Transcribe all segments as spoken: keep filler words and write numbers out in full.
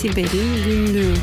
Siber'in Günlüğü.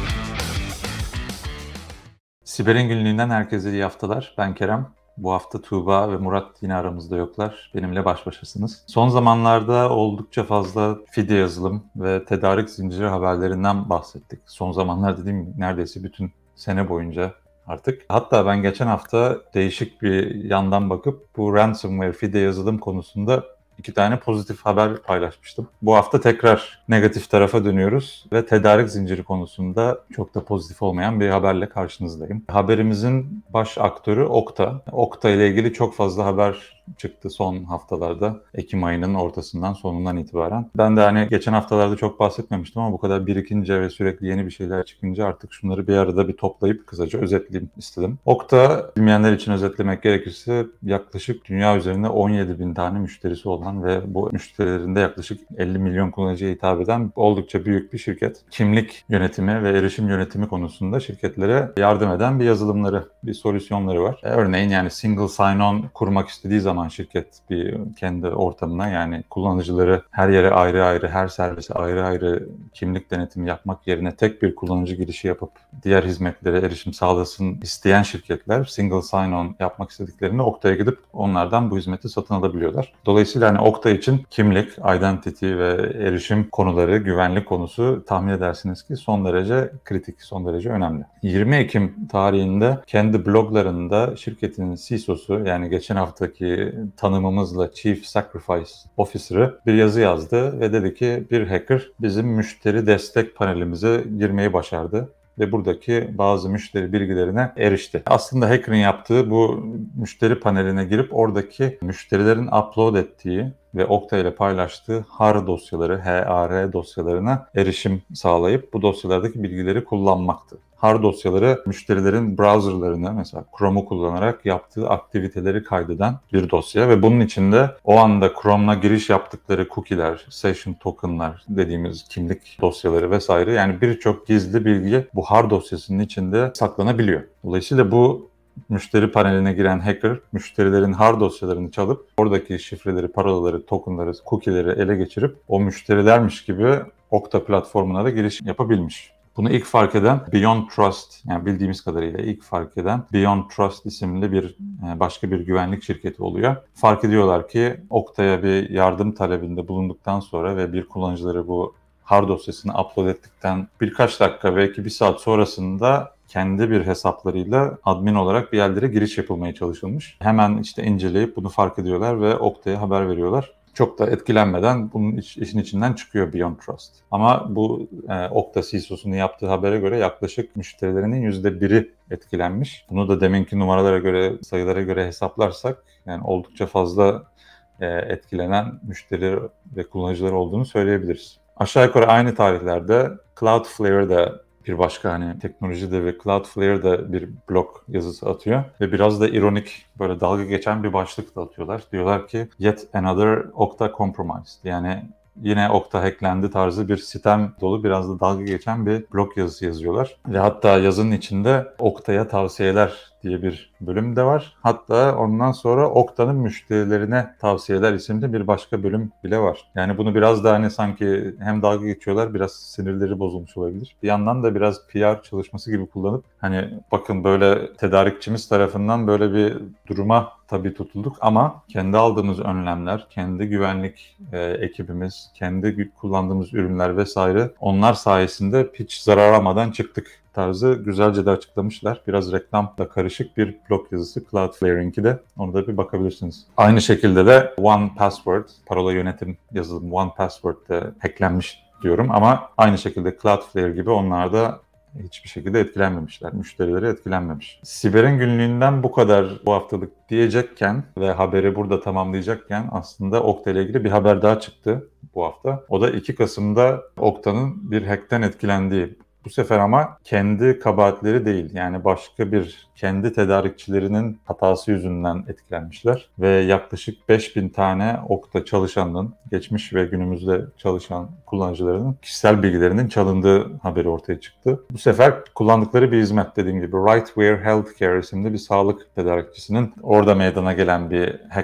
Siber'in Günlüğü'nden herkese iyi haftalar. Ben Kerem. Bu hafta Tuğba ve Murat yine aramızda yoklar. Benimle baş başasınız. Son zamanlarda oldukça fazla fidye yazılım ve tedarik zinciri haberlerinden bahsettik. Son zamanlar dediğim neredeyse bütün sene boyunca artık. Hatta ben geçen hafta değişik bir yandan bakıp bu ransomware fidye yazılım konusunda iki tane pozitif haber paylaşmıştım. Bu hafta tekrar negatif tarafa dönüyoruz ve tedarik zinciri konusunda çok da pozitif olmayan bir haberle karşınızdayım. Haberimizin baş aktörü Okta. Okta ile ilgili çok fazla haber çıktı son haftalarda. Ekim ayının ortasından sonundan itibaren. Ben de hani geçen haftalarda çok bahsetmemiştim ama bu kadar birikince ve sürekli yeni bir şeyler çıkınca artık şunları bir arada bir toplayıp kısaca özetleyeyim istedim. Okta, bilmeyenler için özetlemek gerekirse yaklaşık dünya üzerinde on yedi bin tane müşterisi olan ve bu müşterilerinde yaklaşık elli milyon kullanıcıya hitap eden oldukça büyük bir şirket. Kimlik yönetimi ve erişim yönetimi konusunda şirketlere yardım eden bir yazılımları, bir solüsyonları var. E, örneğin yani single sign-on kurmak istediği zaman şirket bir kendi ortamına, yani kullanıcıları her yere ayrı ayrı, her servise ayrı ayrı kimlik denetimi yapmak yerine tek bir kullanıcı girişi yapıp diğer hizmetlere erişim sağlasın isteyen şirketler single sign-on yapmak istediklerinde Okta'ya gidip onlardan bu hizmeti satın alabiliyorlar. Dolayısıyla hani Okta için kimlik, identity ve erişim konuları, güvenlik konusu tahmin edersiniz ki son derece kritik, son derece önemli. yirmi Ekim tarihinde kendi bloglarında şirketin C I S O'su, yani geçen haftaki tanımımızla Chief Sacrifice Officer'ı bir yazı yazdı ve dedi ki bir hacker bizim müşteri destek panelimize girmeyi başardı ve buradaki bazı müşteri bilgilerine erişti. Aslında hacker'ın yaptığı bu müşteri paneline girip oradaki müşterilerin upload ettiği ve Okta ile paylaştığı H A R dosyaları, H A R dosyalarına erişim sağlayıp bu dosyalardaki bilgileri kullanmaktı. H A R dosyaları müşterilerin browserlarını, mesela Chrome'u kullanarak yaptığı aktiviteleri kaydeden bir dosya ve bunun içinde o anda Chrome'la giriş yaptıkları cookie'ler, session token'lar dediğimiz kimlik dosyaları vesaire, yani birçok gizli bilgi bu H A R dosyasının içinde saklanabiliyor. Dolayısıyla bu müşteri paneline giren hacker, müşterilerin H A R dosyalarını çalıp oradaki şifreleri, parolaları, tokenları, cookie'leri ele geçirip o müşterilermiş gibi Okta platformuna da giriş yapabilmiş. Bunu ilk fark eden Beyond Trust, yani bildiğimiz kadarıyla ilk fark eden Beyond Trust isimli bir başka bir güvenlik şirketi oluyor. Fark ediyorlar ki Okta'ya bir yardım talebinde bulunduktan sonra ve bir kullanıcıları bu H A R dosyasını upload ettikten birkaç dakika, belki bir saat sonrasında kendi bir hesaplarıyla admin olarak bir yerlere giriş yapılmaya çalışılmış. Hemen işte inceleyip bunu fark ediyorlar ve Okta'ya haber veriyorlar. Çok da etkilenmeden bunun iş, işin içinden çıkıyor Beyond Trust. Ama bu e, Okta C I S O'sunun yaptığı habere göre yaklaşık müşterilerinin yüzde biri etkilenmiş. Bunu da deminki numaralara göre, sayılara göre hesaplarsak yani oldukça fazla e, etkilenen müşteri ve kullanıcılar olduğunu söyleyebiliriz. Aşağı yukarı aynı tarihlerde Cloudflare'da bir başka hani teknolojide ve Cloudflare'da bir blog yazısı atıyor ve biraz da ironik, böyle dalga geçen bir başlık da atıyorlar. Diyorlar ki yet another Okta compromised, yani yine Okta hacklendi tarzı bir sitem dolu, biraz da dalga geçen bir blog yazısı yazıyorlar. Ve hatta yazının içinde Okta'ya tavsiyeler diye bir bölüm de var. Hatta ondan sonra Okta'nın müşterilerine tavsiyeler isimli bir başka bölüm bile var. Yani bunu biraz da hani sanki hem dalga geçiyorlar, biraz sinirleri bozulmuş olabilir. Bir yandan da biraz P R çalışması gibi kullanıp hani bakın böyle tedarikçimiz tarafından böyle bir duruma tabii tutulduk ama kendi aldığımız önlemler, kendi güvenlik e, ekibimiz, kendi kullandığımız ürünler vesaire, onlar sayesinde hiç zarar almadan çıktık tarzı güzelce de açıklamışlar. Biraz reklamla karışık bir blog yazısı Cloudflare'inki de. Onu da bir bakabilirsiniz. Aynı şekilde de one password, parola yönetim yazılımı one password de hacklenmiş diyorum ama aynı şekilde Cloudflare gibi onlar da hiçbir şekilde etkilenmemişler. Müşterileri etkilenmemiş. Siber'in günlüğünden bu kadar bu haftalık diyecekken ve haberi burada tamamlayacakken aslında Okta ile ilgili bir haber daha çıktı bu hafta. O da iki Kasım'da Okta'nın bir hackten etkilendiği. Bu sefer ama kendi kabahatleri değil, yani başka bir kendi tedarikçilerinin hatası yüzünden etkilenmişler ve yaklaşık beş bin tane Okta çalışanının, geçmiş ve günümüzde çalışan kullanıcılarının kişisel bilgilerinin çalındığı haberi ortaya çıktı. Bu sefer kullandıkları bir hizmet, dediğim gibi Rightware Healthcare isimli bir sağlık tedarikçisinin orada meydana gelen bir hack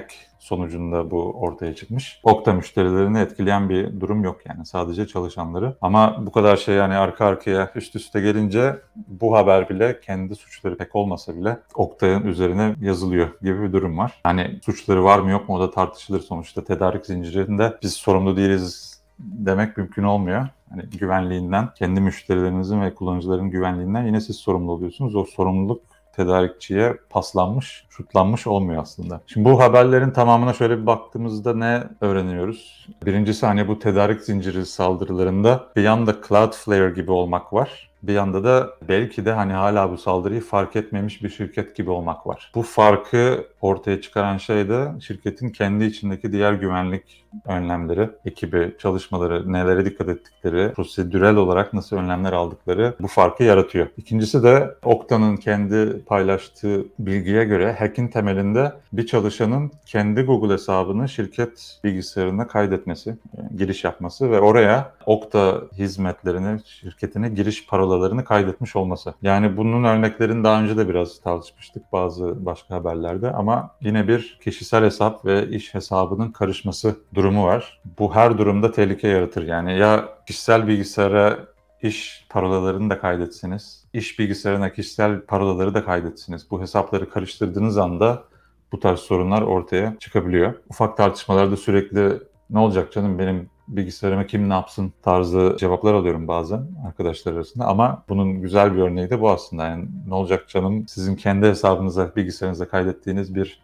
sonucunda bu ortaya çıkmış. Okta müşterilerini etkileyen bir durum yok yani, sadece çalışanları. Ama bu kadar şey yani arka arkaya üst üste gelince bu haber bile kendi suçları pek olmasa bile Oktay'ın üzerine yazılıyor gibi bir durum var. Hani suçları var mı yok mu o da tartışılır sonuçta. Tedarik zincirinde biz sorumlu değiliz demek mümkün olmuyor. Hani güvenliğinden, kendi müşterilerinizin ve kullanıcıların güvenliğinden yine siz sorumlu oluyorsunuz. O sorumluluk tedarikçiye paslanmış, şutlanmış olmuyor aslında. Şimdi bu haberlerin tamamına şöyle bir baktığımızda ne öğreniyoruz? Birincisi hani bu tedarik zinciri saldırılarında bir yanda Cloudflare gibi olmak var. Bir yanda da belki de hani hala bu saldırıyı fark etmemiş bir şirket gibi olmak var. Bu farkı ortaya çıkaran şey de şirketin kendi içindeki diğer güvenlik önlemleri, ekibi, çalışmaları, nelere dikkat ettikleri, prosedürel olarak nasıl önlemler aldıkları bu farkı yaratıyor. İkincisi de Okta'nın kendi paylaştığı bilgiye göre hack'in temelinde bir çalışanın kendi Google hesabını şirket bilgisayarına kaydetmesi, giriş yapması ve oraya Okta hizmetlerini, şirketine giriş parolalarını kaydetmiş olması. Yani bunun örneklerini daha önce de biraz tartışmıştık bazı başka haberlerde ama yine bir kişisel hesap ve iş hesabının karışması durumu var. Bu her durumda tehlike yaratır. Yani ya kişisel bilgisayara iş parolalarını da kaydetsiniz, iş bilgisayarına kişisel parolaları da kaydetsiniz. Bu hesapları karıştırdığınız anda bu tarz sorunlar ortaya çıkabiliyor. Ufak tartışmalarda sürekli ne olacak canım benim bilgisayarıma kim ne yapsın tarzı cevaplar alıyorum bazen arkadaşlar arasında ama bunun güzel bir örneği de bu aslında. Yani ne olacak canım sizin kendi hesabınıza, bilgisayarınıza kaydettiğiniz bir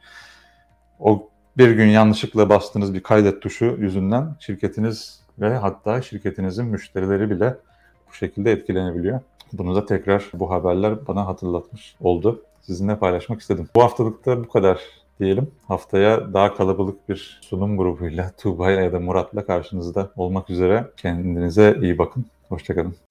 o bir gün yanlışlıkla bastığınız bir kaydet tuşu yüzünden şirketiniz ve hatta şirketinizin müşterileri bile bu şekilde etkilenebiliyor. Bunu da tekrar bu haberler bana hatırlatmış oldu. Sizinle paylaşmak istedim. Bu haftalıkta bu kadar diyelim. Haftaya daha kalabalık bir sunum grubuyla Tuğba ya da Murat'la karşınızda olmak üzere. Kendinize iyi bakın. Hoşça kalın.